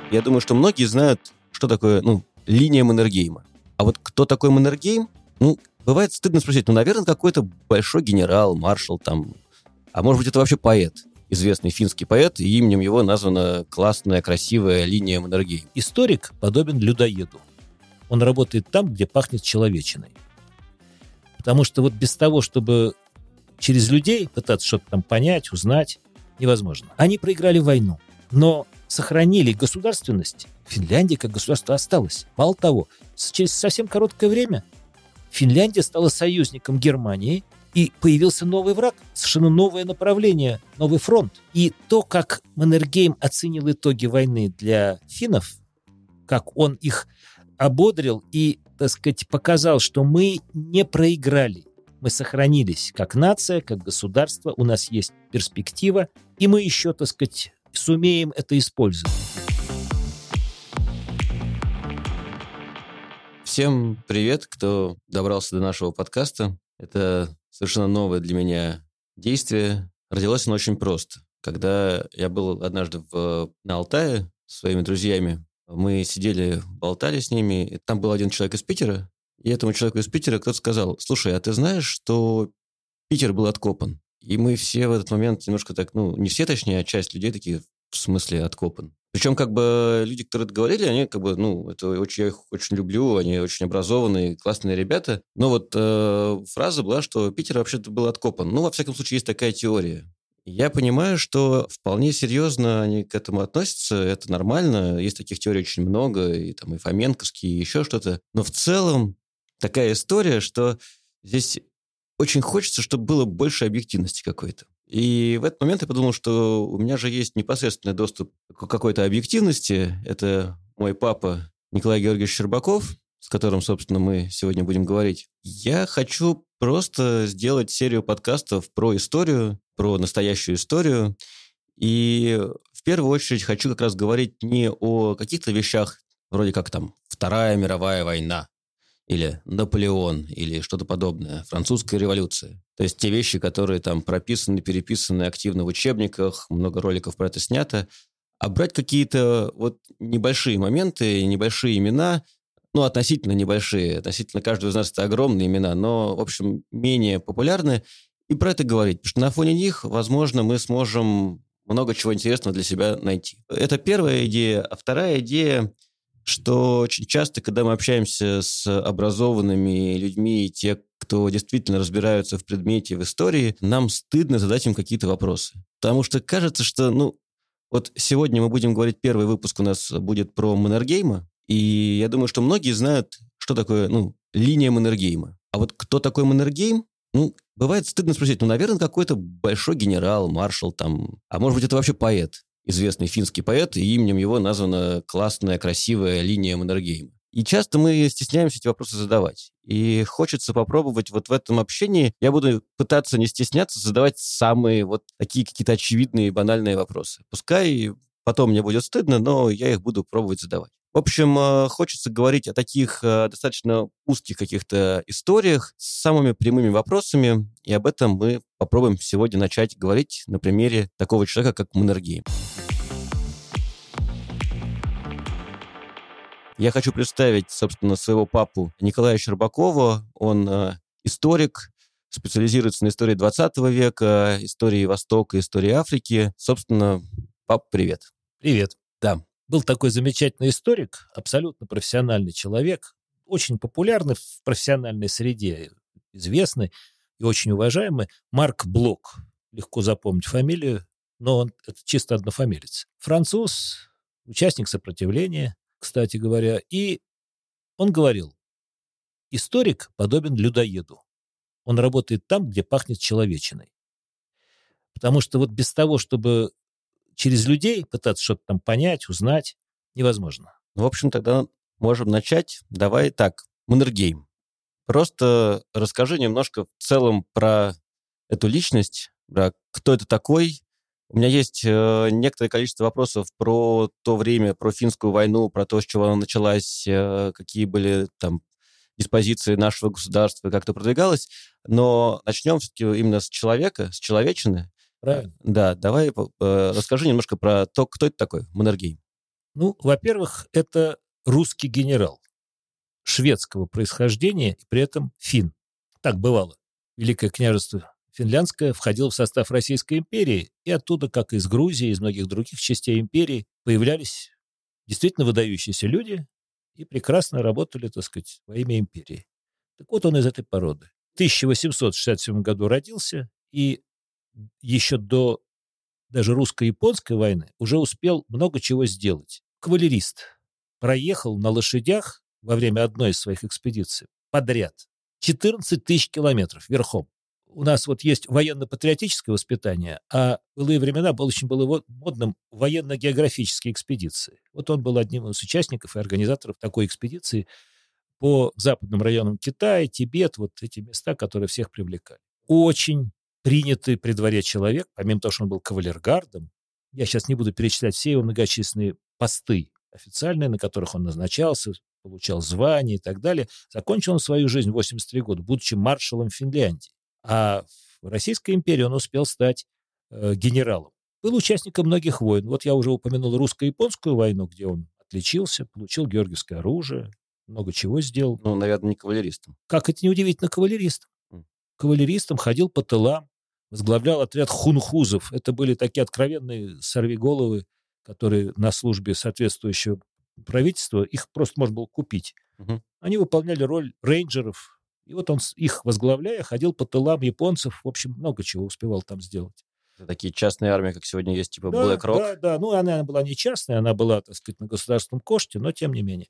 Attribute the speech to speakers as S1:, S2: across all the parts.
S1: Я думаю, что многие знают, что такое, линия Маннергейма. А вот кто такой Маннергейм? Бывает стыдно спросить. Наверное, какой-то большой генерал, маршал там. А может быть, это вообще поэт, известный финский поэт, и именем его названа классная, красивая линия Маннергейма.
S2: Историк подобен людоеду. Он работает там, где пахнет человечиной. Потому что вот без того, чтобы через людей пытаться что-то там понять, узнать, невозможно. Они проиграли войну, но сохранили государственность. Финляндия как государство осталась. Мало того, через совсем короткое время Финляндия стала союзником Германии, и появился новый враг, совершенно новое направление, новый фронт. И то, как Маннергейм оценил итоги войны для финнов, как он их ободрил и, так сказать, показал, что мы не проиграли. Мы сохранились как нация, как государство, у нас есть перспектива, и мы еще, так сказать, сумеем это использовать.
S1: Всем привет, кто добрался до нашего подкаста. Это совершенно новое для меня действие. Родилось оно очень просто. Когда я был однажды на Алтае со своими друзьями, мы сидели, болтали с ними, и там был один человек из Питера, и этому человеку из Питера кто-то сказал: слушай, а ты знаешь, что Питер был откопан? И мы все в этот момент немножко так, не все, точнее, а часть людей такие: в смысле откопан? Причем люди, которые это говорили, они это очень, я их очень люблю, они очень образованные, классные ребята. Но вот фраза была, что Питер вообще-то был откопан. Во всяком случае, есть такая теория. Я понимаю, что вполне серьезно они к этому относятся, это нормально, есть таких теорий очень много, и Фоменковские, и еще что-то. Но в целом такая история, что здесь очень хочется, чтобы было больше объективности какой-то. И в этот момент я подумал, что у меня же есть непосредственный доступ к какой-то объективности. Это мой папа Николай Георгиевич Щербаков, с которым, собственно, мы сегодня будем говорить. Я хочу просто сделать серию подкастов про историю, про настоящую историю. И в первую очередь хочу как раз говорить не о каких-то вещах, вроде как Вторая мировая война, или Наполеон, или что-то подобное, французская революция. То есть те вещи, которые прописаны, переписаны активно в учебниках, много роликов про это снято, а брать какие-то небольшие моменты, небольшие имена, относительно небольшие, относительно каждого из нас это огромные имена, но, в общем, менее популярны, и про это говорить, потому что на фоне них, возможно, мы сможем много чего интересного для себя найти. Это первая идея. А вторая идея, что очень часто, когда мы общаемся с образованными людьми, и те, кто действительно разбираются в предмете, в истории, нам стыдно задать им какие-то вопросы. Потому что кажется, что, сегодня мы будем говорить, первый выпуск у нас будет про Маннергейма, и я думаю, что многие знают, что такое, линия Маннергейма. А вот кто такой Маннергейм? Бывает стыдно спросить. Наверное, какой-то большой генерал, маршал там, а может быть, это вообще поэт, известный финский поэт, и именем его названа классная, красивая линия Маннергейма. И часто мы стесняемся эти вопросы задавать. И хочется попробовать в этом общении, я буду пытаться не стесняться, задавать самые такие какие-то очевидные, банальные вопросы. Пускай потом мне будет стыдно, но я их буду пробовать задавать. В общем, хочется говорить о таких достаточно узких каких-то историях с самыми прямыми вопросами, и об этом мы попробуем сегодня начать говорить на примере такого человека, как Маннергейм. Я хочу представить, собственно, своего папу Николая Щербакова. Он историк, специализируется на истории 20 века, истории Востока, истории Африки. Собственно, пап, привет.
S2: Привет.
S1: Да.
S2: Был такой замечательный историк, абсолютно профессиональный человек, очень популярный в профессиональной среде, известный и очень уважаемый, Марк Блок. Легко запомнить фамилию, но он это чисто однофамилец. Француз, участник сопротивления, кстати говоря, и он говорил: историк подобен людоеду. Он работает там, где пахнет человечиной. Потому что без того, чтобы через людей пытаться что-то там понять, узнать, невозможно.
S1: В общем, тогда можем начать. Давай так, Маннергейм. Просто расскажи немножко в целом про эту личность, про кто это такой. У меня есть некоторое количество вопросов про то время, про финскую войну, про то, с чего она началась, какие были диспозиции нашего государства, как это продвигалось. Но начнем все-таки именно с человека, с человечины.
S2: Правильно.
S1: Да, давай расскажи немножко про то, кто это такой, Маннергейм.
S2: Ну, во-первых, это русский генерал шведского происхождения и при этом финн. Так бывало. Великое княжество Финляндское входило в состав Российской империи, и оттуда, как из Грузии, из многих других частей империи, появлялись действительно выдающиеся люди и прекрасно работали, так сказать, во имя империи. Так вот он из этой породы. В 1867 году родился, и еще до даже русско-японской войны уже успел много чего сделать. Кавалерист. Проехал на лошадях во время одной из своих экспедиций подряд 14 тысяч километров верхом. У нас вот есть военно-патриотическое воспитание, а в былые времена было модным военно-географические экспедиции. Вот он был одним из участников и организаторов такой экспедиции по западным районам Китая, Тибет, вот эти места, которые всех привлекали. Очень принятый при дворе человек, помимо того, что он был кавалергардом, я сейчас не буду перечислять все его многочисленные посты официальные, на которых он назначался, получал звания и так далее. Закончил он свою жизнь в 83 года, будучи маршалом Финляндии. А в Российской империи он успел стать генералом. Был участником многих войн. Вот я уже упомянул русско-японскую войну, где он отличился, получил георгиевское оружие, много чего сделал.
S1: Ну, наверное, не кавалеристом.
S2: Как это неудивительно, кавалеристом. Кавалеристом ходил по тылам, возглавлял отряд хунхузов. Это были такие откровенные сорвиголовы, которые на службе соответствующего правительства, их просто можно было купить.
S1: Угу.
S2: Они выполняли роль рейнджеров. И вот он, их возглавляя, ходил по тылам японцев. В общем, много чего успевал там сделать.
S1: Это такие частные армии, как сегодня есть, типа
S2: Да,
S1: Black Rock.
S2: да. Ну, она была не частная, она была, так сказать, на государственном коште, но тем не менее.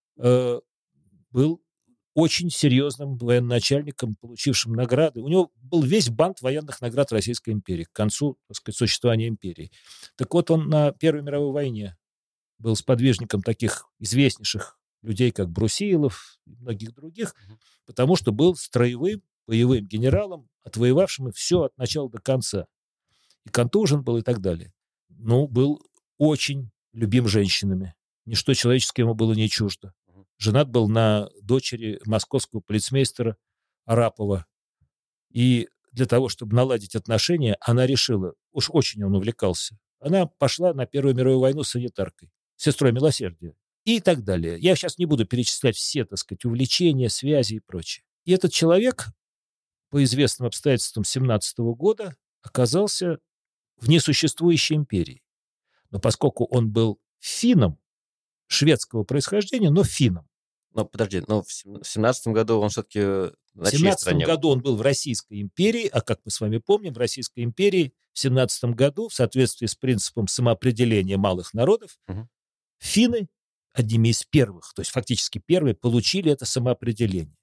S2: Был очень серьезным военачальником, получившим награды. У него был весь бант военных наград Российской империи к концу, так сказать, существования империи. Так вот, он на Первой мировой войне был сподвижником таких известнейших людей, как Брусилов и многих других, потому что был строевым, боевым генералом, отвоевавшим все от начала до конца. И контужен был и так далее. Ну, был очень любим женщинами. Ничто человеческое ему было не чуждо. Женат был на дочери московского полицмейстера Арапова. И для того, чтобы наладить отношения, она решила, уж очень он увлекался, она пошла на Первую мировую войну с санитаркой, сестрой милосердия и так далее. Я сейчас не буду перечислять все, так сказать, увлечения, связи и прочее. И этот человек, по известным обстоятельствам 17 года, оказался в несуществующей империи. Но поскольку он был финном, шведского происхождения, но финном.
S1: Но подожди, но в 17 году он все-таки
S2: в 17 году он был в Российской империи, а как мы с вами помним, в Российской империи в 17 году, в соответствии с принципом самоопределения малых народов, финны одними из первых, то есть фактически первые, получили это самоопределение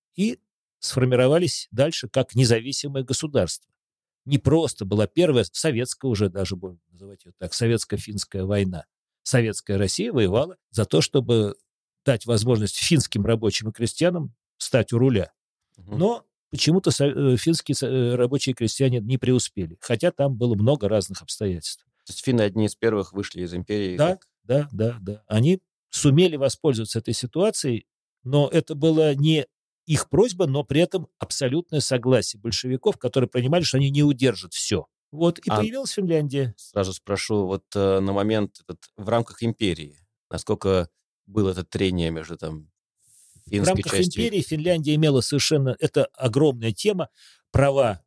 S2: и сформировались дальше как независимое государство. Не просто была первая советская, уже даже будем называть ее так, советско-финская война. Советская Россия воевала за то, чтобы дать возможность финским рабочим и крестьянам стать у руля. Но почему-то финские рабочие и крестьяне не преуспели, хотя там было много разных обстоятельств.
S1: То есть финны одни из первых вышли из империи?
S2: Да. Они сумели воспользоваться этой ситуацией, но это была не их просьба, но при этом абсолютное согласие большевиков, которые понимали, что они не удержат все. Вот, и появилась Финляндия.
S1: Сразу спрошу, вот на момент в рамках империи, насколько было это трение между там финской частью?
S2: В рамках империи Финляндия имела совершенно, это огромная тема, права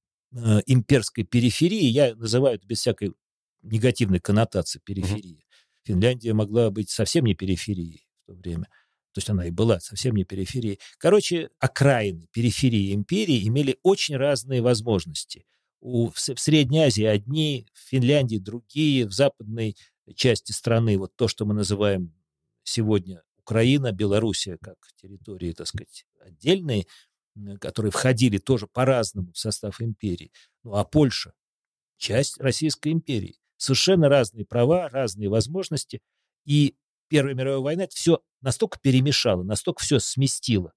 S2: имперской периферии, я называю это без всякой негативной коннотации периферии. Финляндия могла быть совсем не периферией в то время. То есть она и была совсем не периферией. Короче, окраины, периферии империи имели очень разные возможности. В Средней Азии одни, в Финляндии другие, в западной части страны, вот то, что мы называем сегодня Украина, Белоруссия, как территории, так сказать, отдельные, которые входили тоже по-разному в состав империи. Ну, а Польша – часть Российской империи. Совершенно разные права, разные возможности. И Первая мировая война это все настолько перемешало, настолько все сместило.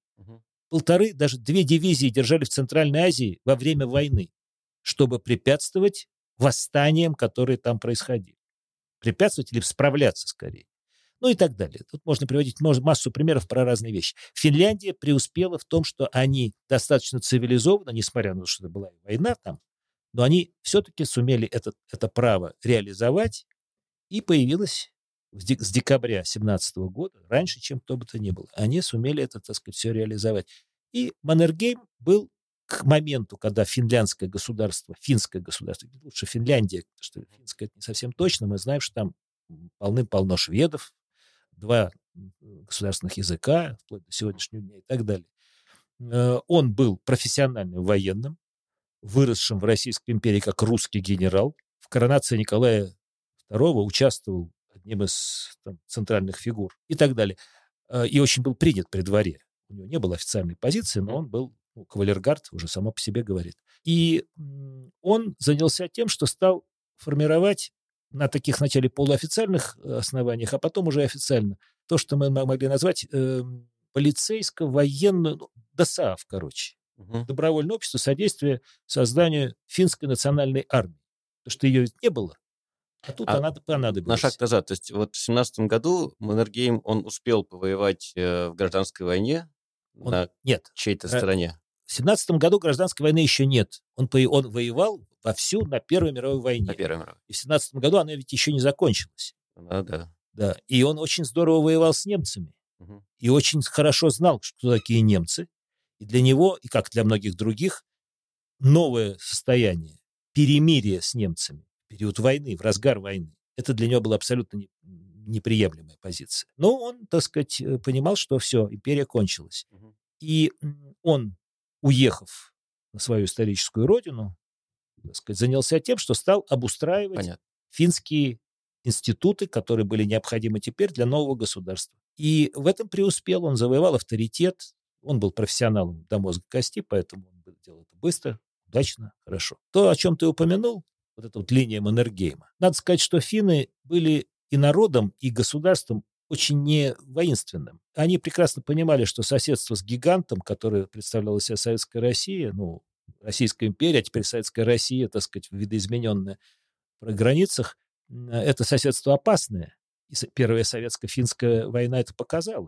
S2: Даже 2 дивизии держали в Центральной Азии во время войны, чтобы препятствовать восстаниям, которые там происходили. Препятствовать или справляться скорее. Ну и так далее. Тут можно приводить массу примеров про разные вещи. Финляндия преуспела в том, что они достаточно цивилизованно, несмотря на то, что это была война там, но они все-таки сумели это право реализовать, и появилась с декабря 17 года, раньше, чем кто бы то ни было, они сумели это, так сказать, все реализовать. И Маннергейм был к моменту, когда финское государство, лучше Финляндия, потому что финское это не совсем точно, мы знаем, что там полным-полно шведов, 2 государственных языка, вплоть до сегодняшнего дня и так далее. Он был профессиональным военным, выросшим в Российской империи как русский генерал. В коронации Николая II участвовал одним из центральных фигур и так далее. И очень был принят при дворе. У него не было официальной позиции, но он был кавалергард, уже само по себе говорит. И он занялся тем, что стал формировать на таких вначале полуофициальных основаниях, а потом уже официально то, что мы могли назвать полицейско-военную, ДОСААФ, короче. Добровольное общество содействия созданию финской национальной армии. Потому что ее ведь не было, а тут она понадобилась.
S1: На шаг назад. То есть вот в 17 году Маннергейм, он успел повоевать в гражданской войне на чьей-то стороне?
S2: В 17 году гражданской войны еще нет. Он воевал вовсю на Первой мировой войне.
S1: На Первой мировой.
S2: И в 17 году она ведь еще не закончилась. Да. И он очень здорово воевал с немцами. И очень хорошо знал, кто такие немцы. И для него, и как для многих других, новое состояние, перемирие с немцами в период войны, в разгар войны, это для него была абсолютно неприемлемая позиция. Но он, так сказать, понимал, что все, империя кончилась. И он, уехав на свою историческую родину, так сказать, занялся тем, что стал обустраивать финские институты, которые были необходимы теперь для нового государства. И в этом преуспел, он завоевал авторитет, он был профессионалом до мозга кости, поэтому он делал это быстро, удачно, хорошо. То, о чем ты упомянул, вот эта вот линия Маннергейма. Надо сказать, что финны были и народом, и государством очень не воинственным. Они прекрасно понимали, что соседство с гигантом, которое представляла себя Советская Россия, Российская империя, а теперь Советская Россия, так сказать, видоизмененная при границах, это соседство опасное. И Первая советско-финская война это показала.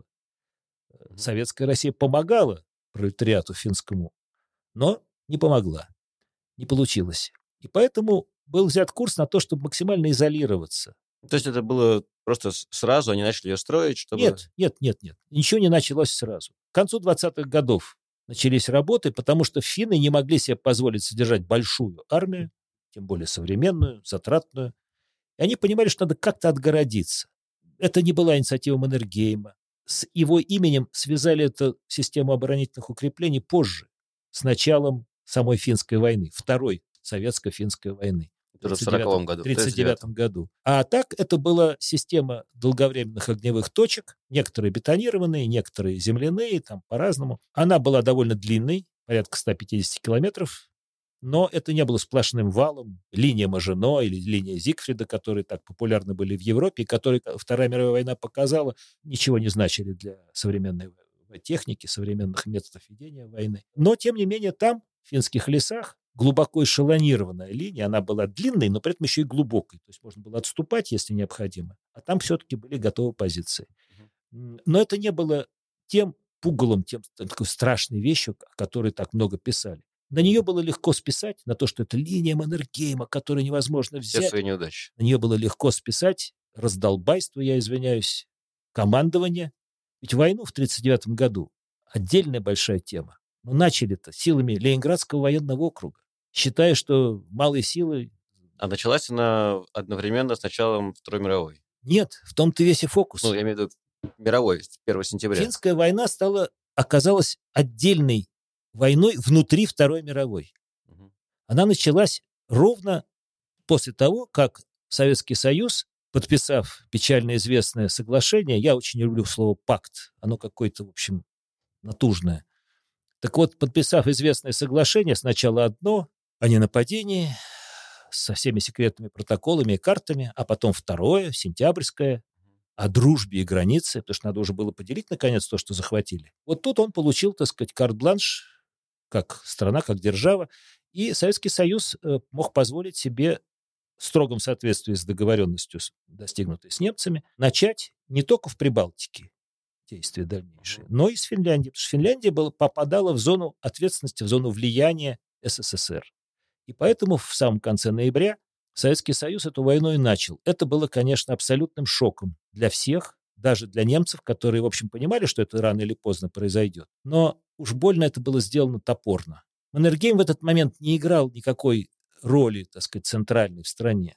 S2: Советская Россия помогала пролетариату финскому, но не помогла, не получилось. И поэтому был взят курс на то, чтобы максимально изолироваться.
S1: То есть это было просто сразу, они начали ее строить, чтобы...
S2: Нет. Ничего не началось сразу. К концу 20-х годов начались работы, потому что финны не могли себе позволить содержать большую армию, тем более современную, затратную. И они понимали, что надо как-то отгородиться. Это не была инициатива Маннергейма. С его именем связали эту систему оборонительных укреплений позже, с началом самой финской войны, второй советско-финской войны.
S1: В 1940 году.
S2: В 1939 году. А так это была система долговременных огневых точек, некоторые бетонированные, некоторые земляные, там по-разному. Она была довольно длинной, порядка 150 километров, но это не было сплошным валом. Линия Мажино или линия Зигфрида, которые так популярны были в Европе, и которые Вторая мировая война показала, ничего не значили для современной техники, современных методов ведения войны. Но, тем не менее, там, в финских лесах, глубоко эшелонированная линия, она была длинной, но при этом еще и глубокой. То есть можно было отступать, если необходимо. А там все-таки были готовы позиции. Но это не было тем пугалом, тем такой страшной вещью, о которой так много писали. На нее было легко списать, на то, что это линия Маннергейма, которую невозможно взять.
S1: Все свои неудачи.
S2: На нее было легко списать раздолбайство, я извиняюсь, командование. Ведь войну в 1939 году отдельная большая тема. Но начали-то силами Ленинградского военного округа, считая, что малые силы...
S1: А началась она одновременно с началом Второй мировой?
S2: Нет, в том-то весь и фокус.
S1: Я имею в виду мировой, 1 сентября.
S2: Финская война оказалась отдельной войной внутри Второй мировой. Она началась ровно после того, как Советский Союз, подписав печально известное соглашение, я очень люблю слово «пакт», оно какое-то, в общем, натужное. Так вот, подписав известное соглашение, сначала одно о ненападении со всеми секретными протоколами и картами, а потом второе, сентябрьское, о дружбе и границе, потому что надо уже было поделить, наконец, то, что захватили. Вот тут он получил, так сказать, карт-бланш, как страна, как держава, и Советский Союз мог позволить себе в строгом соответствии с договоренностью, достигнутой с немцами, начать не только в Прибалтике действия дальнейшие, но и с Финляндией, потому что Финляндия попадала в зону ответственности, в зону влияния СССР. И поэтому в самом конце ноября Советский Союз эту войну и начал. Это было, конечно, абсолютным шоком для всех, даже для немцев, которые, в общем, понимали, что это рано или поздно произойдет. Но уж больно это было сделано топорно. Маннергейм в этот момент не играл никакой роли, так сказать, центральной в стране.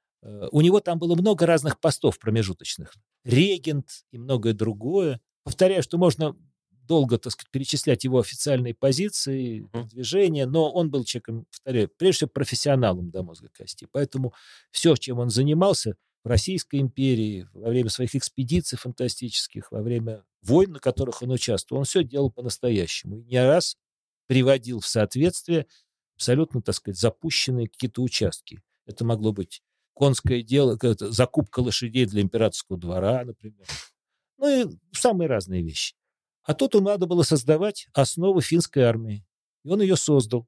S2: У него там было много разных постов промежуточных. Регент и многое другое. Повторяю, что можно долго, так сказать, перечислять его официальные позиции, продвижения, но он был человеком, повторяю, прежде всего профессионалом до мозга костей. Поэтому все, чем он занимался в Российской империи, во время своих экспедиций фантастических, во время войн, на которых он участвовал, он все делал по-настоящему. И не раз приводил в соответствие абсолютно, так сказать, запущенные какие-то участки. Это могло быть конское дело, закупка лошадей для императорского двора, например. Ну и самые разные вещи. А тут ему надо было создавать основы финской армии. И он ее создал.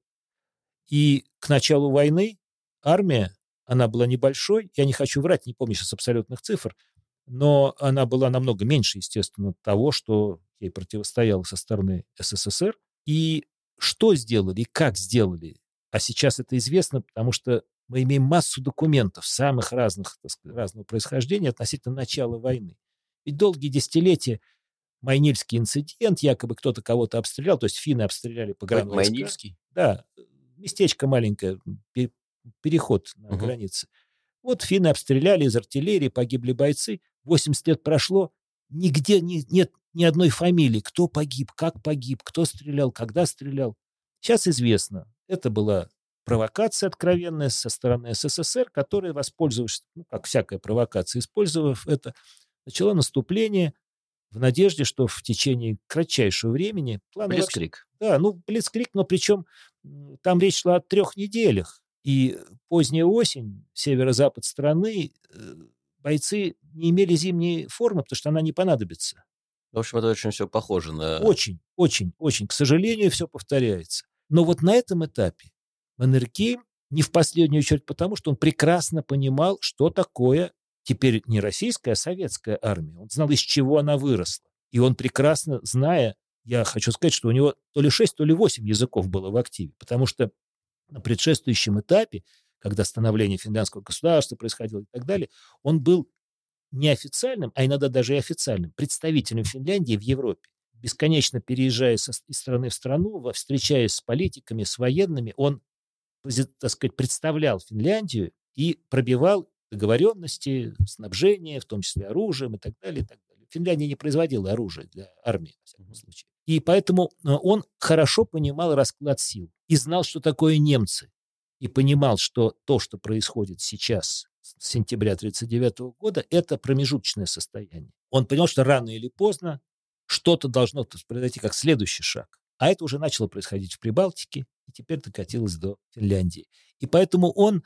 S2: И к началу войны армия, она была небольшой, я не хочу врать, не помню сейчас абсолютных цифр, но она была намного меньше, естественно, того, что ей противостояло со стороны СССР. И что сделали, и как сделали, а сейчас это известно, потому что мы имеем массу документов самых разных, так сказать, разного происхождения относительно начала войны. Ведь долгие десятилетия Майнильский инцидент, якобы кто-то кого-то обстрелял, то есть финны обстреляли погранвойска.
S1: Майнильский?
S2: Да, местечко маленькое, переход на границе. Вот финны обстреляли из артиллерии, погибли бойцы. 80 лет прошло, нигде нет ни одной фамилии, кто погиб, как погиб, кто стрелял, когда стрелял. Сейчас известно, это была провокация откровенная со стороны СССР, которая, воспользовавшись, как всякая провокация, использовав это, начала наступление в надежде, что в течение кратчайшего времени...
S1: Блицкриг.
S2: Да, блицкриг, но причем там речь шла о 3 неделях. И поздняя осень, северо-запад страны, бойцы не имели зимней формы, потому что она не понадобится.
S1: В общем, это очень все похоже на...
S2: Очень, очень, очень. К сожалению, все повторяется. Но вот на этом этапе Маннергейм, не в последнюю очередь потому, что он прекрасно понимал, что такое теперь не российская, а советская армия. Он знал, из чего она выросла. И он прекрасно, зная, я хочу сказать, что у него то ли 6, то ли 8 языков было в активе, потому что на предшествующем этапе, когда становление финляндского государства происходило и так далее, он был неофициальным, а иногда даже и официальным представителем Финляндии в Европе. Бесконечно переезжая из страны в страну, встречаясь с политиками, с военными, он, так сказать, представлял Финляндию и пробивал договоренности, снабжение, в том числе оружием и так далее, и так далее. Финляндия не производила оружие для армии, во всяком случае. И поэтому он хорошо понимал расклад сил и знал, что такое немцы. И понимал, что то, что происходит сейчас, с сентября 1939 года, это промежуточное состояние. Он понял, что рано или поздно что-то должно произойти как следующий шаг. А это уже начало происходить в Прибалтике, и теперь докатилось до Финляндии. И поэтому он,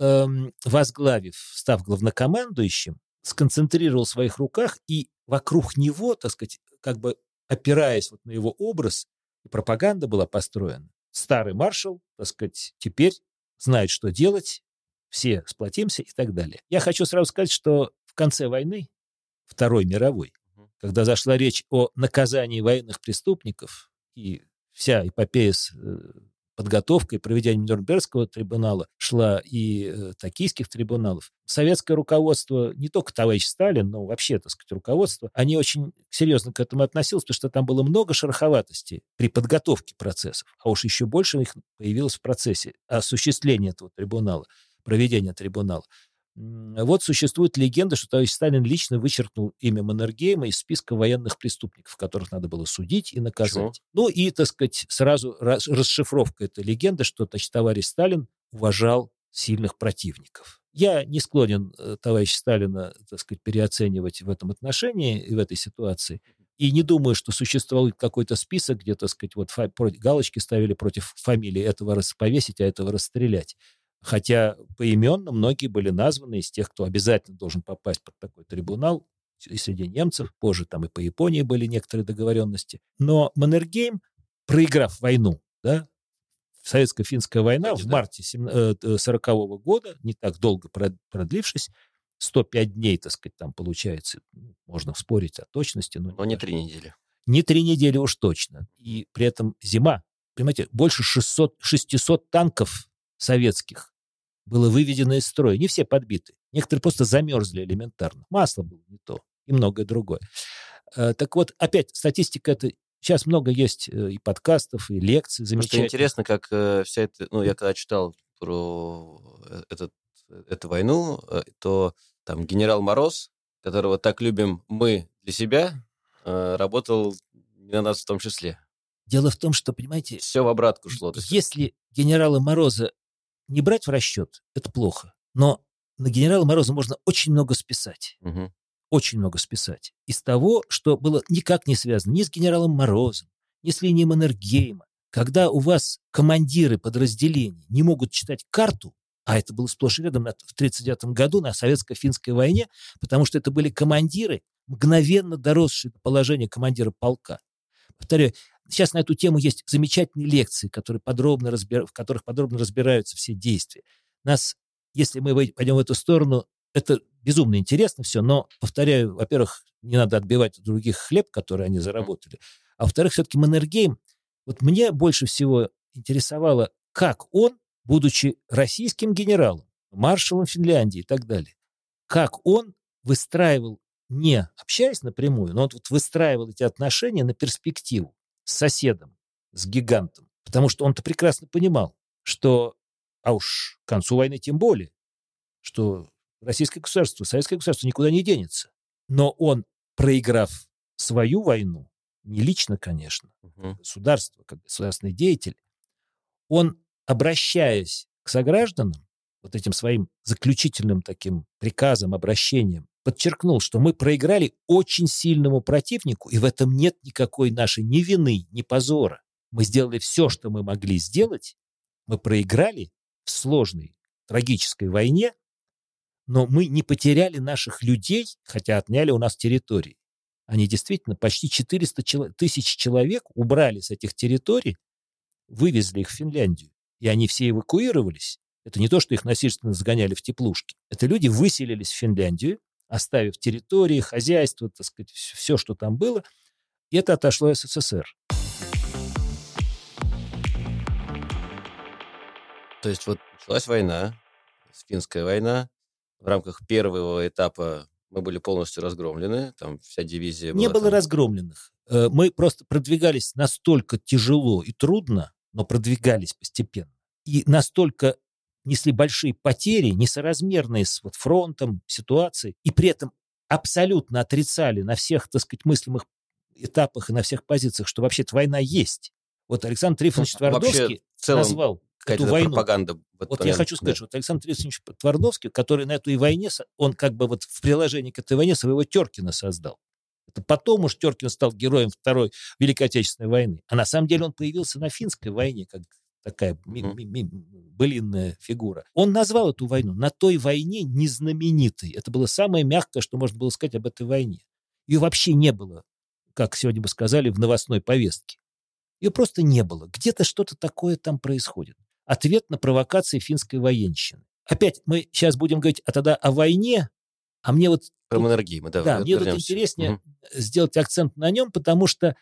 S2: возглавив, став главнокомандующим, сконцентрировал в своих руках и вокруг него, так сказать, как бы опираясь вот на его образ, и пропаганда была построена. Старый маршал, так сказать, теперь знает, что делать, все сплотимся и так далее. Я хочу сразу сказать, что в конце войны, Второй мировой, когда зашла речь о наказании военных преступников, и вся эпопея с подготовкой, проведением Нюрнбергского трибунала шла и токийских трибуналов, советское руководство, не только товарищ Сталин, но вообще, так сказать, руководство, они очень серьезно к этому относились, потому что там было много шероховатостей при подготовке процессов, а уж еще больше их появилось в процессе осуществления этого трибунала, проведения трибунала. Вот существует легенда, что товарищ Сталин лично вычеркнул имя Маннергейма из списка военных преступников, которых надо было судить и наказать.
S1: Почему?
S2: Ну и, так сказать, сразу расшифровка этой легенды, что товарищ Сталин уважал сильных противников. Я не склонен товарища Сталина, так сказать, переоценивать в этом отношении и в этой ситуации. И не думаю, что существует какой-то список, где, так сказать, вот галочки ставили против фамилии этого повесить, а этого расстрелять. Хотя поименно многие были названы из тех, кто обязательно должен попасть под такой трибунал, и среди немцев, позже там и по Японии были некоторые договоренности. Но Маннергейм, проиграв войну, да, советско-финская война в марте 1940 года, не так долго продлившись, 105 дней, так сказать, там получается, можно спорить о точности.
S1: Но не 3 недели.
S2: Не 3 недели уж точно. И при этом зима. Понимаете, больше 600 танков советских было выведено из строя. Не все подбиты. Некоторые просто замерзли элементарно. Масло было не то. и многое другое. Так вот, опять, статистика это... Сейчас много есть и подкастов, и лекций
S1: Просто
S2: замечательных.
S1: интересно, как вся эта... Ну, я когда читал про эту войну, то там генерал Мороз, которого так любим мы для себя, работал не на нас в том числе.
S2: Дело в том, что, понимаете,
S1: Все в обратку шло. То есть
S2: если генерала Мороза не брать в расчет, это плохо. Но на генерала Мороза можно очень много списать.
S1: Мгм.
S2: Очень много списать. Из того, что было никак не связано ни с генералом Морозом, ни с линией Маннергейма. Когда у вас командиры подразделений не могут читать карту, а это было сплошь и рядом в 1939 году на советско-финской войне, потому что это были командиры, мгновенно доросшие до положения командира полка. Повторяю, сейчас на эту тему есть замечательные лекции, в которых подробно разбираются все действия. Если мы пойдем в эту сторону, это безумно интересно все, но, повторяю, во-первых, не надо отбивать у других хлеб, который они заработали, а во-вторых, все-таки Маннергейм, вот мне больше всего интересовало, как он, будучи российским генералом, маршалом Финляндии и так далее, как он выстраивал, не общаясь напрямую, но он вот выстраивал эти отношения на перспективу с соседом, с гигантом. Потому что он-то прекрасно понимал, что, а уж к концу войны тем более, что российское государство, советское государство никуда не денется. Но он, проиграв свою войну, не лично, конечно,
S1: Мгм.
S2: государство, как государственный деятель, он, обращаясь к согражданам, вот этим своим заключительным таким приказом, обращением, подчеркнул, что мы проиграли очень сильному противнику, и в этом нет никакой нашей ни вины, ни позора. Мы сделали все, что мы могли сделать, мы проиграли в сложной, трагической войне, но мы не потеряли наших людей, хотя отняли у нас территории. Они действительно, почти 400 тысяч человек убрали с этих территорий, вывезли их в Финляндию, и они все эвакуировались. Это не то, что их насильственно загоняли в теплушки. Это люди выселились в Финляндию, оставив территории, хозяйство, так сказать, все, что там было, и это отошло СССР.
S1: То есть вот началась война, финская война. В рамках первого этапа мы были полностью разгромлены. Там вся дивизия была...
S2: Не было
S1: там...
S2: разгромленных. Мы просто продвигались настолько тяжело и трудно, но продвигались постепенно. И настолько несли большие потери, несоразмерные с вот фронтом, ситуацией, и при этом абсолютно отрицали на всех, так сказать, мыслимых этапах и на всех позициях, что вообще-то война есть. Вот Александр Трифонович Твардовский
S1: Вообще, в целом,
S2: назвал эту
S1: какая-то
S2: войну.
S1: пропаганда. В этот
S2: Вот я
S1: момент,
S2: хочу сказать,
S1: да.
S2: что вот Александр Трифонович Твардовский, который на этой войне, он как бы вот в приложении к этой войне своего Теркина создал. Это потом уж Теркин стал героем Второй Великой Отечественной войны. А на самом деле он появился на финской войне, как такая былинная фигура. Он назвал эту войну на той войне незнаменитой. Это было самое мягкое, что можно было сказать об этой войне. Ее вообще не было, как сегодня бы сказали, в новостной повестке. Ее просто не было. Где-то что-то такое там происходит. Ответ на провокации финской военщины. Опять мы сейчас будем говорить тогда о войне, а мне вот...
S1: Про Маннергейма, да.
S2: Да, мне тут
S1: вернемся.
S2: интереснее сделать акцент на нем, потому что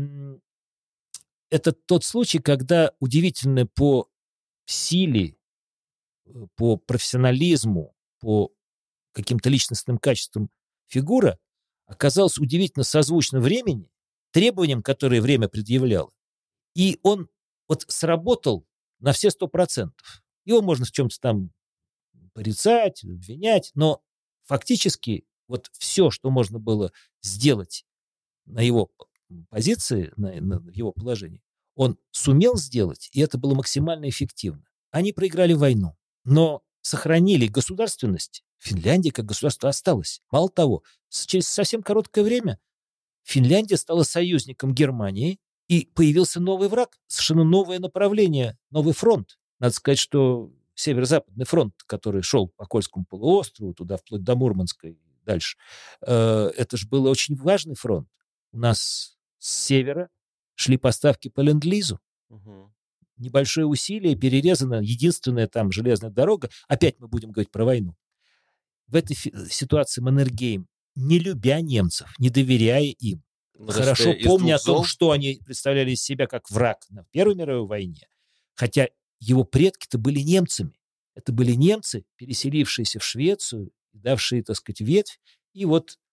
S2: это тот случай, когда удивительно по силе, по профессионализму, по каким-то личностным качествам фигура оказалась удивительно созвучна времени, требованиям, которые время предъявляло. И он вот сработал на все 100%. Его можно в чем-то там порицать, обвинять, но фактически вот все, что можно было сделать на его позиции, на его положении, он сумел сделать, и это было максимально эффективно. Они проиграли войну, но сохранили государственность. Финляндия как государство осталась. Мало того, через совсем короткое время Финляндия стала союзником Германии, и появился новый враг, совершенно новое направление, новый фронт. Надо сказать, что Северо-Западный фронт, который шел по Кольскому полуострову, туда вплоть до Мурманска и дальше, это же был очень важный фронт. У нас с севера шли поставки по ленд-лизу. Небольшое усилие, перерезана единственная там железная дорога. Опять мы будем говорить про войну. В этой ситуации Маннергейм, не любя немцев, не доверяя им, хорошо помня о том, что они представляли из себя как враг на Первой мировой войне, хотя его предки-то были немцами. Это были немцы, переселившиеся в Швецию, давшие, так сказать, ветвь, и вот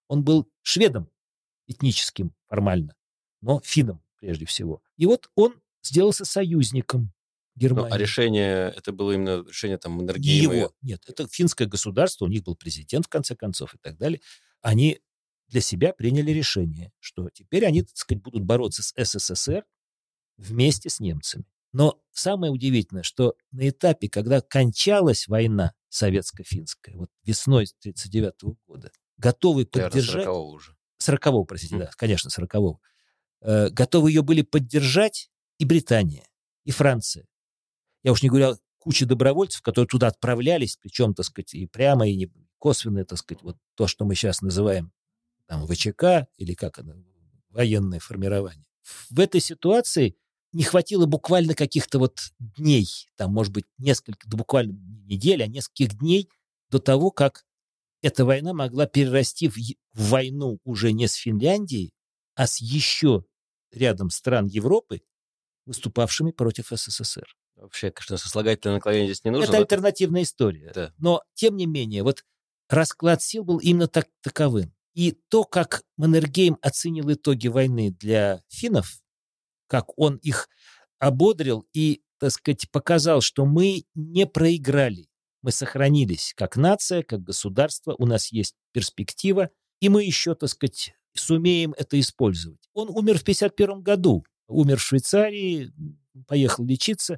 S2: Он был шведом этническим формально, но финном прежде всего. И вот он сделался союзником
S1: Ну, а
S2: Германии.
S1: решение, это было именно решение там
S2: Не
S1: Маннергейма?
S2: его. Нет, это финское государство, у них был президент, в конце концов, и так далее. Они для себя приняли решение, что теперь они, так сказать, будут бороться с СССР вместе с немцами. Но самое удивительное, что на этапе, когда кончалась война советско-финская, вот весной 1939 года, готовы
S1: Наверное,
S2: поддержать...
S1: 40-го уже.
S2: 40-го, простите, да, конечно, 40-го. Готовы ее были поддержать и Британия, и Франция. Я уж не говорю о куче добровольцев, которые туда отправлялись, причем, так сказать, и прямо, и не косвенно, так сказать, вот то, что мы сейчас называем там ВЧК, или как это, военное формирование. В этой ситуации не хватило буквально каких-то вот дней, там, может быть, несколько, да буквально не недель, а нескольких дней до того, как эта война могла перерасти в войну уже не с Финляндией, а с еще рядом стран Европы, выступавшими против СССР.
S1: Вообще, конечно, сослагательное наклонение здесь не нужно.
S2: Это альтернативная история.
S1: Да.
S2: Но, тем не менее, вот расклад сил был именно таковым. И то, как Маннергейм оценил итоги войны для финнов, как он их ободрил и, так сказать, показал, что мы не проиграли. Мы сохранились как нация, как государство, у нас есть перспектива, и мы еще, так сказать, сумеем это использовать. Он умер в 1951 году, умер в Швейцарии, поехал лечиться,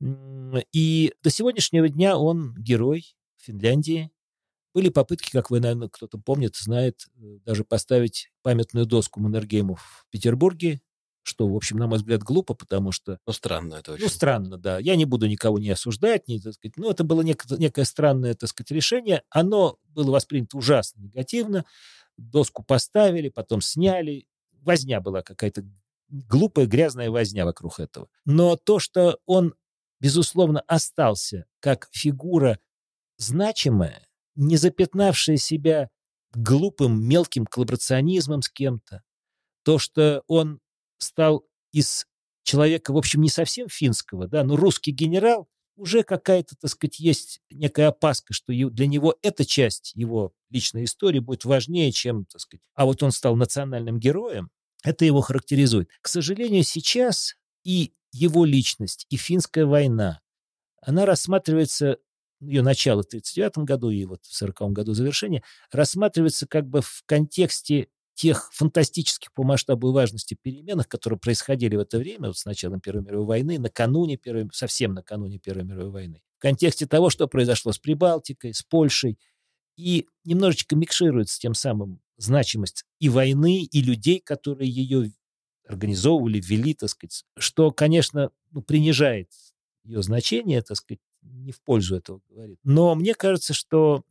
S2: и до сегодняшнего дня он герой Финляндии. Были попытки, как вы, наверное, кто-то помнит, знает, даже поставить памятную доску Маннергейму в Петербурге, что, в общем, на мой взгляд, глупо, потому что...
S1: Ну, странно это очень.
S2: Ну, странно, да. Я не буду никого не осуждать, не, так сказать, но это было некое странное, так сказать, решение. Оно было воспринято ужасно негативно. Доску поставили, потом сняли. Возня была какая-то глупая, грязная возня вокруг этого. Но то, что он, безусловно, остался как фигура значимая, не запятнавшая себя глупым, мелким коллаборационизмом с кем-то, то, что он стал из человека, в общем, не совсем финского, да, но русский генерал, уже какая-то, так сказать, есть некая опаска, что для него эта часть его личной истории будет важнее, чем, так сказать. А вот он стал национальным героем, это его характеризует. К сожалению, сейчас и его личность, и финская война, она рассматривается, ее начало в 1939 году и вот в 1940 году завершение, рассматривается как бы в контексте тех фантастических по масштабу и важности переменах, которые происходили в это время, вот с началом Первой мировой войны, совсем накануне Первой мировой войны, в контексте того, что произошло с Прибалтикой, с Польшей, и немножечко микшируется тем самым значимость и войны, и людей, которые ее организовывали, ввели, так сказать, что, конечно, принижает ее значение, так сказать, не в пользу этого говорит. Но мне кажется, что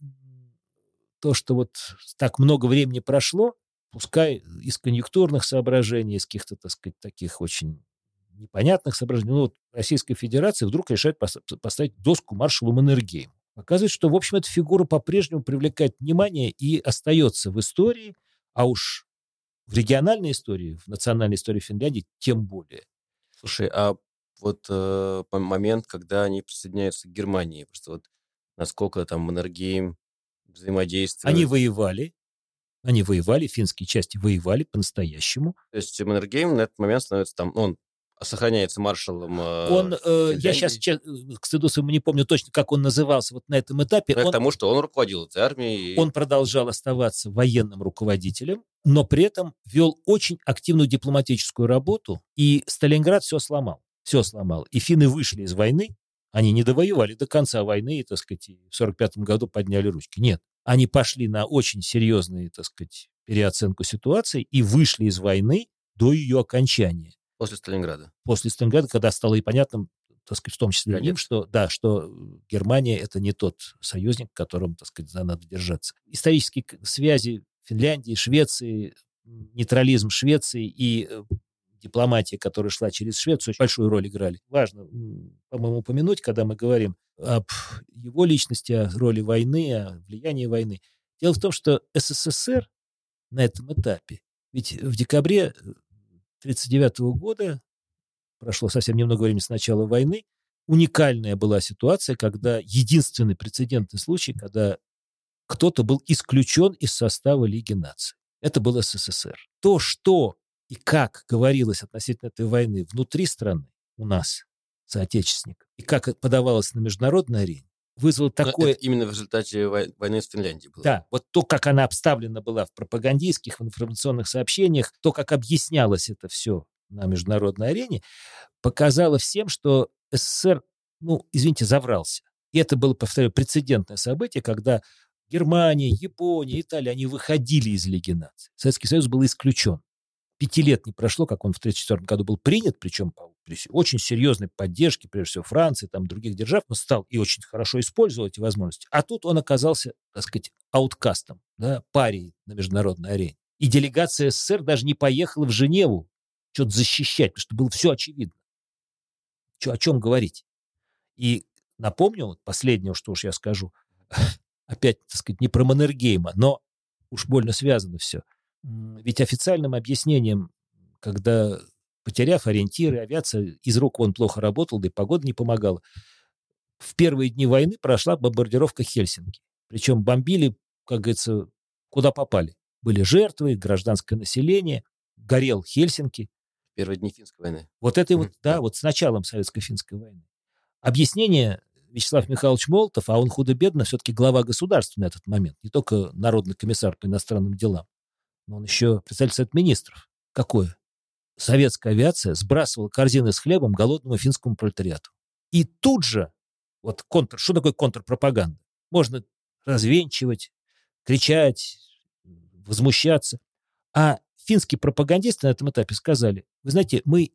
S2: то, что вот так много времени прошло, пускай из конъюнктурных соображений, из каких-то, так сказать, таких очень непонятных соображений, вот Российская Федерация вдруг решает поставить доску маршалу Маннергейму. Оказывается, что, в общем, эта фигура по-прежнему привлекает внимание и остается в истории, а уж в региональной истории, в национальной истории Финляндии тем более.
S1: Слушай, а вот момент, когда они присоединяются к Германии, просто вот насколько там Маннергейм взаимодействует.
S2: Они воевали, финские части воевали по-настоящему.
S1: То есть Маннергейм на этот момент становится там, он сохраняется маршалом
S2: Я сейчас, к стыду своему, не помню точно, как он назывался вот на этом этапе.
S1: Потому что он руководил этой армией.
S2: Он продолжал оставаться военным руководителем, но при этом вел очень активную дипломатическую работу, и Сталинград все сломал. Все сломал. И финны вышли из войны, они не довоевали до конца войны и, так сказать, в 1945 году подняли ручки. Нет. Они пошли на очень серьезную, так сказать, переоценку ситуации и вышли из войны до ее окончания.
S1: После Сталинграда.
S2: После Сталинграда, когда стало и понятным, так сказать, в том числе для них, что Германия — это не тот союзник, которым, так сказать, надо держаться. Исторические связи Финляндии, Швеции, нейтрализм Швеции и дипломатия, которая шла через Швецию, очень большую роль играли. Важно, по-моему, упомянуть, когда мы говорим об его личности, о роли войны, о влиянии войны. Дело в том, что СССР на этом этапе, ведь в декабре 1939 года, прошло совсем немного времени с начала войны, уникальная была ситуация, когда единственный прецедентный случай, когда кто-то был исключен из состава Лиги наций. Это был СССР. То, что и как говорилось относительно этой войны внутри страны, у нас, соотечественников, и как это подавалось на международной арене, вызвало такое...
S1: Это именно в результате войны с Финляндией было.
S2: Да, вот то, как она обставлена была в пропагандистских, в информационных сообщениях, то, как объяснялось это все на международной арене, показало всем, что СССР, извините, заврался. И это было, повторяю, прецедентное событие, когда Германия, Япония, Италия, они выходили из Лиги наций. Советский Союз был исключен. 5 лет не прошло, как он в 1934 году был принят, причем при очень серьезной поддержке, прежде всего, Франции, там, других держав, но стал и очень хорошо использовал эти возможности. А тут он оказался, так сказать, ауткастом, да, парией на международной арене. И делегация СССР даже не поехала в Женеву что-то защищать, потому что было все очевидно. О чем говорить? И напомню, вот последнее, что уж я скажу, опять, так сказать, не про Маннергейма, но уж больно связано все. Ведь официальным объяснением, когда, потеряв ориентиры, авиация из рук вон плохо работала, да и погода не помогала, в первые дни войны прошла бомбардировка Хельсинки. Причем бомбили, как говорится, куда попали. Были жертвы, гражданское население, горел Хельсинки.
S1: Первые дни финской войны.
S2: Вот это вот, да, вот с началом советско-финской войны. Объяснение Вячеслав Михайлович Молотов, а он худо-бедно все-таки глава государства на этот момент, не только народный комиссар по иностранным делам, но он еще председатель Совета министров. Какое? Советская авиация сбрасывала корзины с хлебом голодному финскому пролетариату. И тут же, вот что такое контрпропаганда? Можно развенчивать, кричать, возмущаться. А финские пропагандисты на этом этапе сказали: вы знаете, мы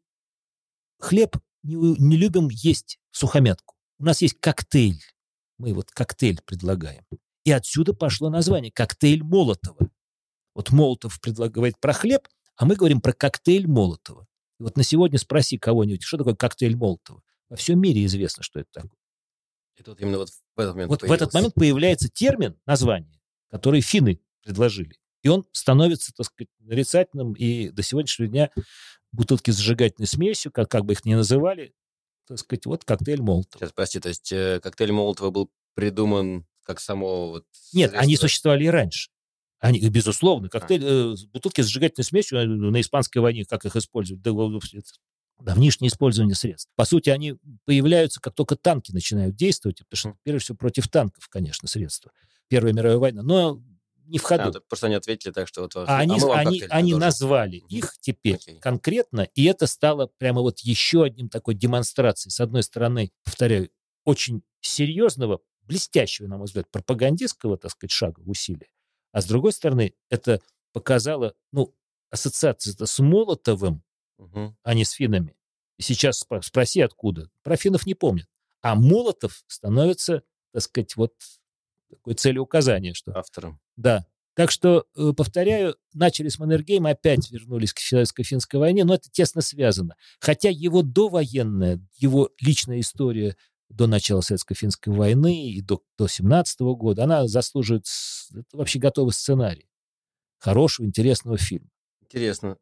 S2: хлеб не любим есть в сухомятку. У нас есть коктейль. Мы вот коктейль предлагаем. И отсюда пошло название коктейль Молотова. Вот Молотов говорит про хлеб, а мы говорим про коктейль Молотова. И вот на сегодня спроси кого-нибудь, что такое коктейль Молотова. Во всем мире известно, что это такое.
S1: И тут именно вот в этот момент
S2: в этот момент появляется термин, название, который финны предложили. И он становится, так сказать, нарицательным. И до сегодняшнего дня бутылки с зажигательной смесью, как бы их ни называли, так сказать, вот коктейль Молотова.
S1: Сейчас, прости, то есть коктейль Молотова был придуман как само... Вот
S2: Нет,
S1: средство...
S2: они существовали и раньше. Они, безусловно, бутылки с зажигательной смесью на Испанской войне, как их используют, давнишнее использование средств. По сути, они появляются, как только танки начинают действовать, потому что, прежде всего, против танков, конечно, средства. Первая мировая война, но не в ходу.
S1: Просто они ответили так, что... Вот,
S2: они назвали их теперь конкретно, и это стало прямо вот еще одним такой демонстрацией. С одной стороны, повторяю, очень серьезного, блестящего, на мой взгляд, пропагандистского, так сказать, шага, усилия. А с другой стороны, это показало, ассоциация с Молотовым, а не с финнами. И сейчас спроси, откуда. Про финнов не помнят. А Молотов становится, так сказать, вот такой целеуказание. Что...
S1: автором.
S2: Да. Так что, повторяю, начали с Маннергейма, опять вернулись к советско-финской войне, но это тесно связано. Хотя его довоенная, его личная история до начала советско-финской войны и до 1917 года, она заслуживает это вообще готовый сценарий хорошего, интересного фильма.
S1: Интересно.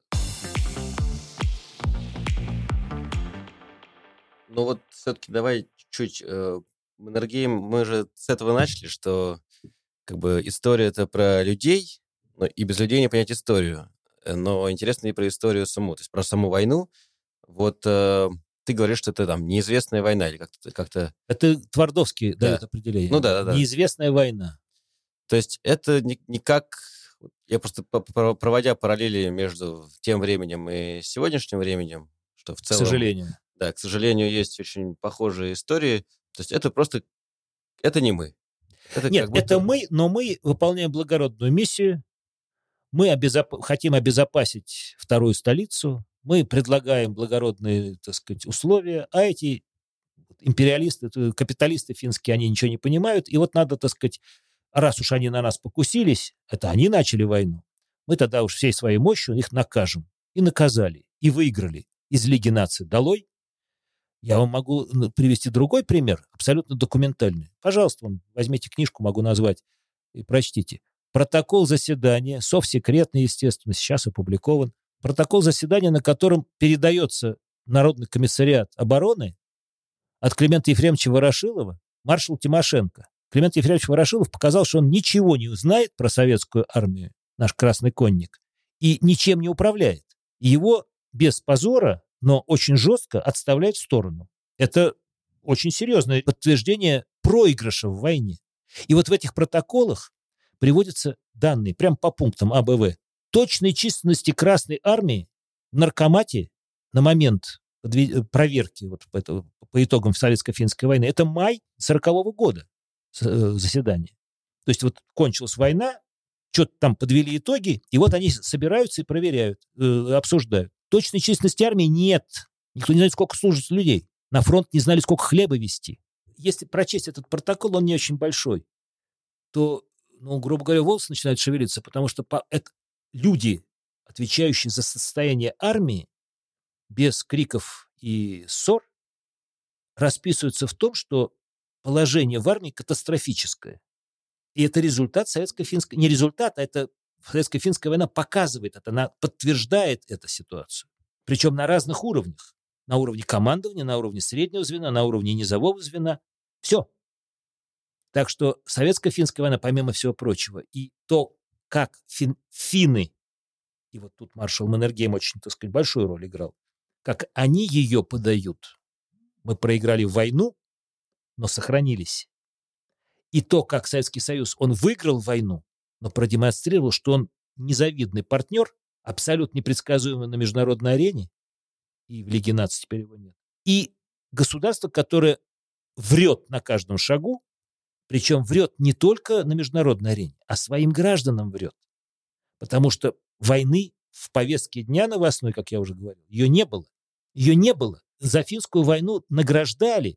S1: Ну вот все-таки давай чуть-чуть. Маннергейм, мы же с этого начали, что как бы история это про людей, но и без людей не понять историю. Но интересно и про историю саму, то есть про саму войну. Вот ты говоришь, что это там неизвестная война или как-то...
S2: Это Твардовский дает определение.
S1: Ну да.
S2: Неизвестная война.
S1: То есть это не как... Я просто проводя параллели между тем временем и сегодняшним временем, что в целом...
S2: К сожалению.
S1: Да, к сожалению, есть очень похожие истории. То есть это просто... Это не мы.
S2: Нет, это мы, но мы выполняем благородную миссию. Мы хотим обезопасить вторую столицу. Мы предлагаем благородные, так сказать, условия. А эти империалисты, капиталисты финские, они ничего не понимают. И вот надо, так сказать, раз уж они на нас покусились, это они начали войну, мы тогда уж всей своей мощью их накажем. И наказали, и выиграли. Из Лиги наций долой. Я вам могу привести другой пример, абсолютно документальный. Пожалуйста, возьмите книжку, могу назвать, и прочтите. Протокол заседания, совсекретный, естественно, сейчас опубликован. Протокол заседания, на котором передается Народный комиссариат обороны от Климента Ефремовича Ворошилова маршалу Тимошенко, Климент Ефремович Ворошилов показал, что он ничего не узнает про советскую армию, наш красный конник, и ничем не управляет. И его без позора, но очень жестко отставляют в сторону. Это очень серьезное подтверждение проигрыша в войне. И вот в этих протоколах приводятся данные, прям по пунктам А, Б, В. Точной численности Красной армии в наркомате на момент проверки вот по итогам Советско-финской войны, это май 1940 года заседание. То есть вот кончилась война, что-то там подвели итоги, и вот они собираются и проверяют, обсуждают. Точной численности армии нет. Никто не знает, сколько служит людей. На фронт не знали, сколько хлеба везти. Если прочесть этот протокол, он не очень большой, то, грубо говоря, волосы начинают шевелиться, потому что люди, отвечающие за состояние армии, без криков и ссор, расписываются в том, что положение в армии катастрофическое. И это результат советско-финской... Не результат, а это советско-финская война показывает это, она подтверждает эту ситуацию. Причем на разных уровнях. На уровне командования, на уровне среднего звена, на уровне низового звена. Все. Так что советско-финская война, помимо всего прочего, и то, как финны, и вот тут маршал Маннергейм очень, так сказать, большую роль играл, как они ее подают. Мы проиграли войну, но сохранились. И то, как Советский Союз, он выиграл войну, но продемонстрировал, что он незавидный партнер, абсолютно непредсказуемый на международной арене, и в Лиге наций теперь его нет, и государство, которое врет на каждом шагу, причем врет не только на международной арене, а своим гражданам врет. Потому что войны в повестке дня новостной, как я уже говорил, ее не было. Ее не было. За финскую войну награждали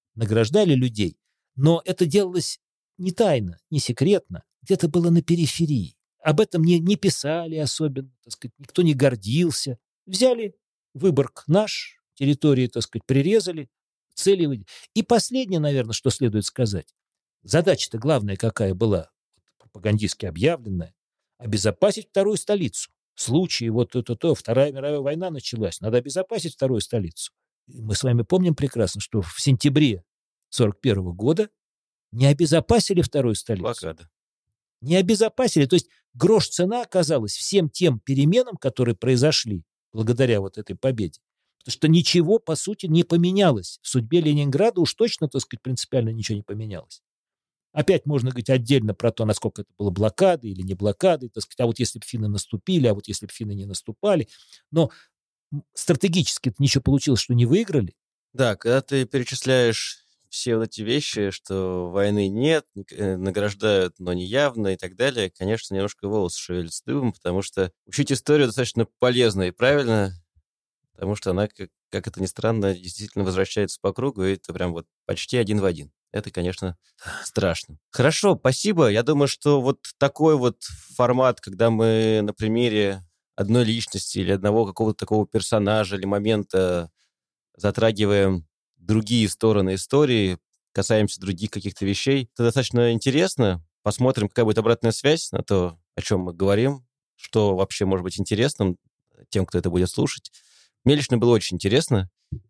S2: людей, но это делалось не тайно, не секретно, где-то было на периферии. Об этом не писали особенно, так сказать, никто не гордился. Взяли Выборг наш, территории, так сказать, прирезали, цели. И последнее, наверное, что следует сказать. Задача-то главная какая была, пропагандистски объявленная, обезопасить вторую столицу. В случае Вторая мировая война началась, надо обезопасить вторую столицу. И мы с вами помним прекрасно, что в сентябре 1941 года не обезопасили вторую столицу.
S1: Блокада.
S2: Не обезопасили. То есть грош цена оказалась всем тем переменам, которые произошли благодаря вот этой победе. Потому что ничего, по сути, не поменялось. В судьбе Ленинграда уж точно, так сказать, принципиально ничего не поменялось. Опять можно говорить отдельно про то, насколько это было блокадой или не блокадой, так сказать, а вот если бы финны наступили, а вот если бы финны не наступали. Но стратегически это ничего получилось, что не выиграли.
S1: Да, когда ты перечисляешь все вот эти вещи, что войны нет, награждают, но не явно и так далее, конечно, немножко волосы шевелятся дыбом, потому что учить историю достаточно полезно и правильно, потому что она, как это ни странно, действительно возвращается по кругу, и это прям вот почти один в один. Это, конечно, страшно. Хорошо, спасибо. Я думаю, что вот такой вот формат, когда мы на примере одной личности или одного какого-то такого персонажа или момента затрагиваем другие стороны истории, касаемся других каких-то вещей, это достаточно интересно. Посмотрим, какая будет обратная связь на то, о чем мы говорим, что вообще может быть интересным тем, кто это будет слушать. Мне лично было очень интересно.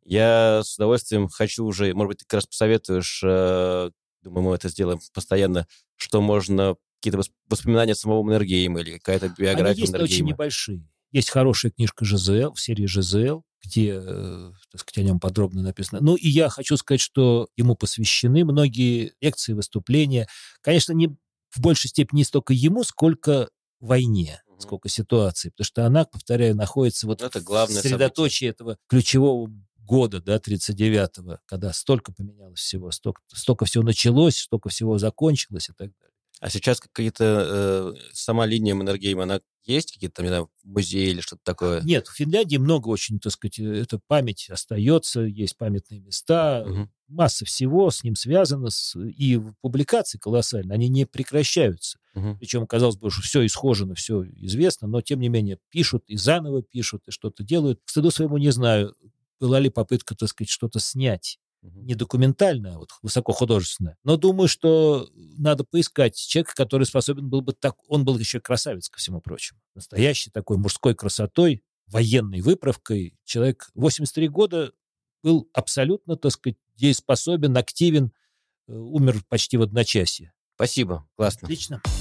S1: Я с удовольствием хочу уже, может быть, ты как раз посоветуешь, думаю, мы это сделаем постоянно, что можно, какие-то воспоминания самого Маннергейма или какая-то биография
S2: Они есть,
S1: Маннергейма.
S2: очень небольшие. Есть хорошая книжка ЖЗЛ, в серии ЖЗЛ, где, так сказать, о нем подробно написано. Ну, и я хочу сказать, что ему посвящены многие лекции, выступления. Конечно, не в большей степени не столько ему, сколько войне, сколько ситуации. Потому что она, повторяю, находится вот
S1: это
S2: в средоточии этого ключевого года, да, 39-го, когда столько поменялось всего, столько всего началось, столько всего закончилось и так далее.
S1: А сейчас какие-то сама линия Маннергейма, она есть? Какие-то, не знаю, музеи или что-то такое?
S2: Нет, в Финляндии много очень, так сказать, эта память остается, есть памятные места, масса всего с ним связано, и публикации колоссальные, они не прекращаются. Причем, казалось бы, что все исхожено, все известно, но, тем не менее, пишут и заново пишут, и что-то делают. К стыду своему не знаю, была ли попытка, так сказать, что-то снять. Не документальное, а вот высокохудожественное. Но думаю, что надо поискать человека, который способен был бы так... Он был еще красавец, ко всему прочему. Настоящий такой мужской красотой, военной выправкой. Человек 83 года был абсолютно, так сказать, дееспособен, активен. умер почти в одночасье.
S1: Спасибо, классно.
S2: Отлично.